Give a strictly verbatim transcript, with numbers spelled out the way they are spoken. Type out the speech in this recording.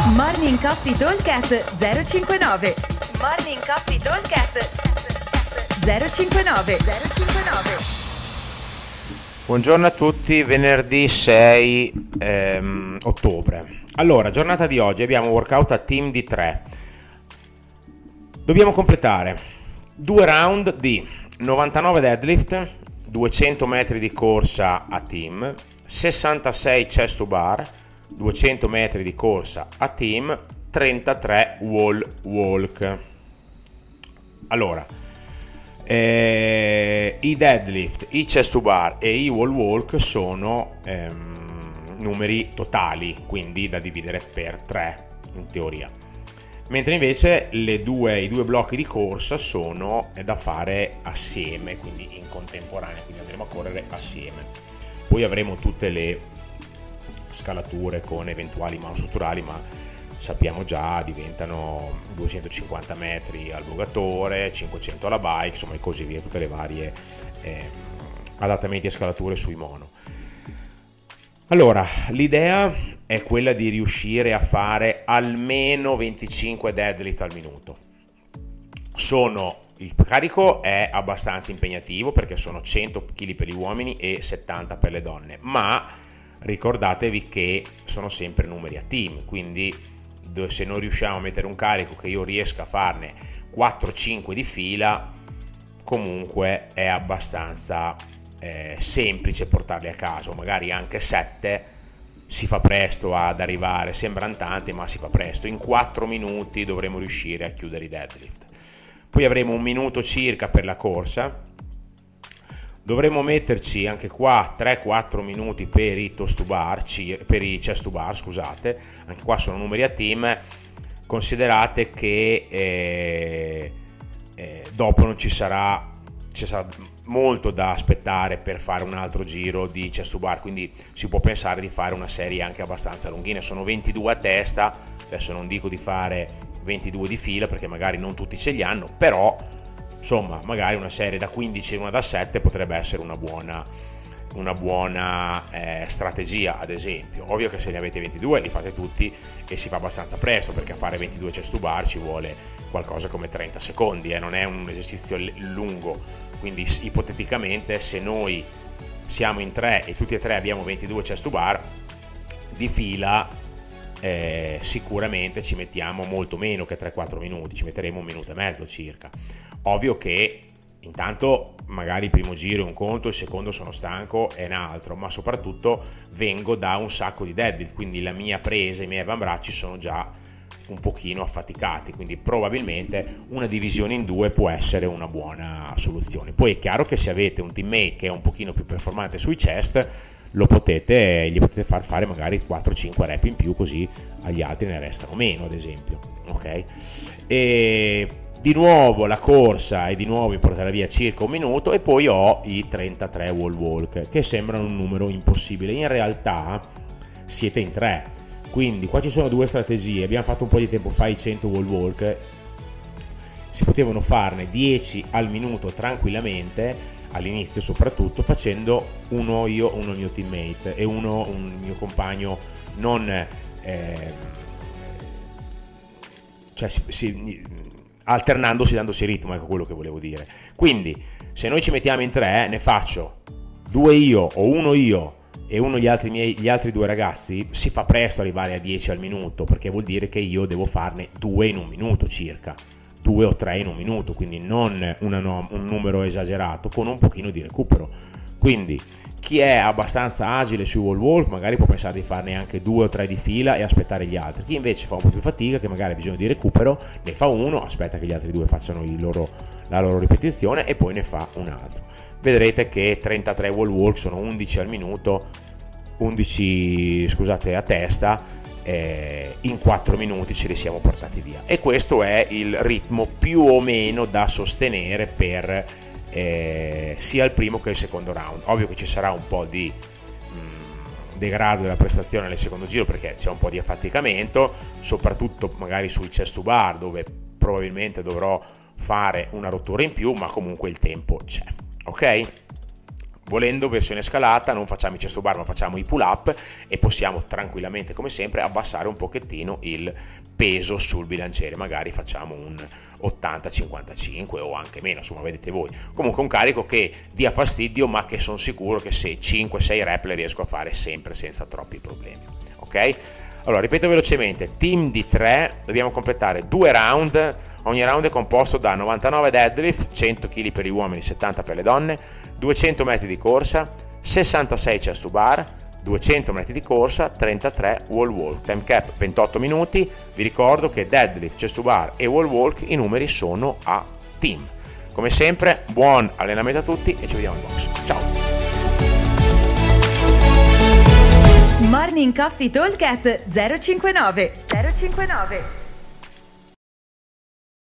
Morning Coffee Talkcast zero cinquantanove. Morning Coffee Talkcast zero cinquantanove zero cinquantanove. Buongiorno a tutti, venerdì sei ehm, ottobre. Allora, giornata di oggi abbiamo un workout a team di tre. Dobbiamo completare due round di novantanove deadlift, duecento metri di corsa a team, sessantasei chest to bar, duecento metri di corsa a team, trentatré wall walk. Allora, eh, i deadlift, i chest to bar e i wall walk sono ehm, numeri totali, quindi da dividere per tre in teoria. Mentre invece le due, i due blocchi di corsa sono da fare assieme, quindi in contemporanea, quindi andremo a correre assieme. Poi avremo tutte le scalature con eventuali monostrutturali, ma sappiamo già diventano duecentocinquanta metri al vogatore, cinquecento alla bike, insomma e così via, tutte le varie eh, adattamenti e scalature sui mono. Allora, l'idea è quella di riuscire a fare almeno venticinque deadlift al minuto. Sono, il carico è abbastanza impegnativo perché sono cento chili per gli uomini e settanta per le donne, ma ricordatevi che sono sempre numeri a team, quindi se non riusciamo a mettere un carico che io riesca a farne quattro cinque di fila, comunque è abbastanza eh, semplice portarli a casa, o magari anche sette, si fa presto ad arrivare, sembrano tanti ma si fa presto, in quattro minuti dovremo riuscire a chiudere i deadlift. Poi avremo un minuto circa per la corsa, dovremo metterci anche qua tre quattro minuti per i toast to bar, per i chest to bar, scusate, anche qua sono numeri a team. Considerate che eh, eh, dopo non ci sarà, ci sarà molto da aspettare per fare un altro giro di chest to bar, quindi si può pensare di fare una serie anche abbastanza lunghina. Sono ventidue a testa, adesso non dico di fare ventidue di fila perché magari non tutti ce li hanno, però insomma magari una serie da quindici e una da sette potrebbe essere una buona, una buona eh, strategia, ad esempio. Ovvio che se ne avete ventidue li fate tutti e si fa abbastanza presto, perché a fare ventidue chest to bar ci vuole qualcosa come trenta secondi, eh, non è un esercizio lungo, quindi ipoteticamente se noi siamo in tre e tutti e tre abbiamo ventidue chest to bar di fila, eh, sicuramente ci mettiamo molto meno che tre quattro minuti, ci metteremo un minuto e mezzo circa. Ovvio che intanto magari il primo giro è un conto, il secondo sono stanco è un altro, ma soprattutto vengo da un sacco di deadlift, quindi la mia presa, i miei avambracci sono già un pochino affaticati, quindi probabilmente una divisione in due può essere una buona soluzione. Poi è chiaro che se avete un teammate che è un pochino più performante sui chest, lo potete, gli potete far fare magari quattro cinque rep in più, così agli altri ne restano meno, ad esempio, ok? E di nuovo la corsa e di nuovo mi porterà via circa un minuto, e poi ho i trentatré wall walk che sembrano un numero impossibile. In realtà siete in tre, quindi qua ci sono due strategie. Abbiamo fatto un po' di tempo fa i cento wall walk, si potevano farne dieci al minuto tranquillamente all'inizio, soprattutto facendo uno io, uno il mio teammate e uno un mio compagno, non eh, cioè si, si alternandosi, dandosi ritmo, ecco quello che volevo dire. Quindi se noi ci mettiamo in tre, ne faccio due io o uno io e uno gli altri miei, gli altri due ragazzi, si fa presto arrivare a dieci al minuto, perché vuol dire che io devo farne due in un minuto circa, due o tre in un minuto, quindi non una, no, un numero esagerato, con un pochino di recupero. Quindi chi è abbastanza agile sui wall walk magari può pensare di farne anche due o tre di fila e aspettare gli altri. Chi invece fa un po' più fatica, che magari ha bisogno di recupero, ne fa uno, aspetta che gli altri due facciano il loro, la loro ripetizione e poi ne fa un altro. Vedrete che trentatré wall walk sono undici al minuto, undici scusate a testa, eh, in quattro minuti ce li siamo portati via, e questo è il ritmo più o meno da sostenere per eh, sia il primo che il secondo round. Ovvio che ci sarà un po' di mh, degrado della prestazione nel secondo giro, perché c'è un po' di affaticamento, soprattutto magari sui chest to bar, dove probabilmente dovrò fare una rottura in più, ma comunque il tempo c'è, ok? volendo versione scalata, non facciamo i chest to bar ma facciamo i pull up e possiamo tranquillamente come sempre abbassare un pochettino il peso sul bilanciere, magari facciamo un ottanta cinquantacinque o anche meno, insomma vedete voi, comunque un carico che dia fastidio ma che sono sicuro che se cinque sei rep le riesco a fare sempre senza troppi problemi, ok? Allora ripeto velocemente, team di tre, dobbiamo completare due round, ogni round è composto da novantanove deadlift, cento chili per gli uomini, settanta per le donne, duecento metri di corsa, sessantasei chest to bar, duecento metri di corsa, trentatré wall walk, time cap ventotto minuti. Vi ricordo che deadlift, chest to bar e wall walk i numeri sono a team. Come sempre buon allenamento a tutti e ci vediamo in box, ciao. Morning Coffee Talk at zero cinquantanove zero cinquantanove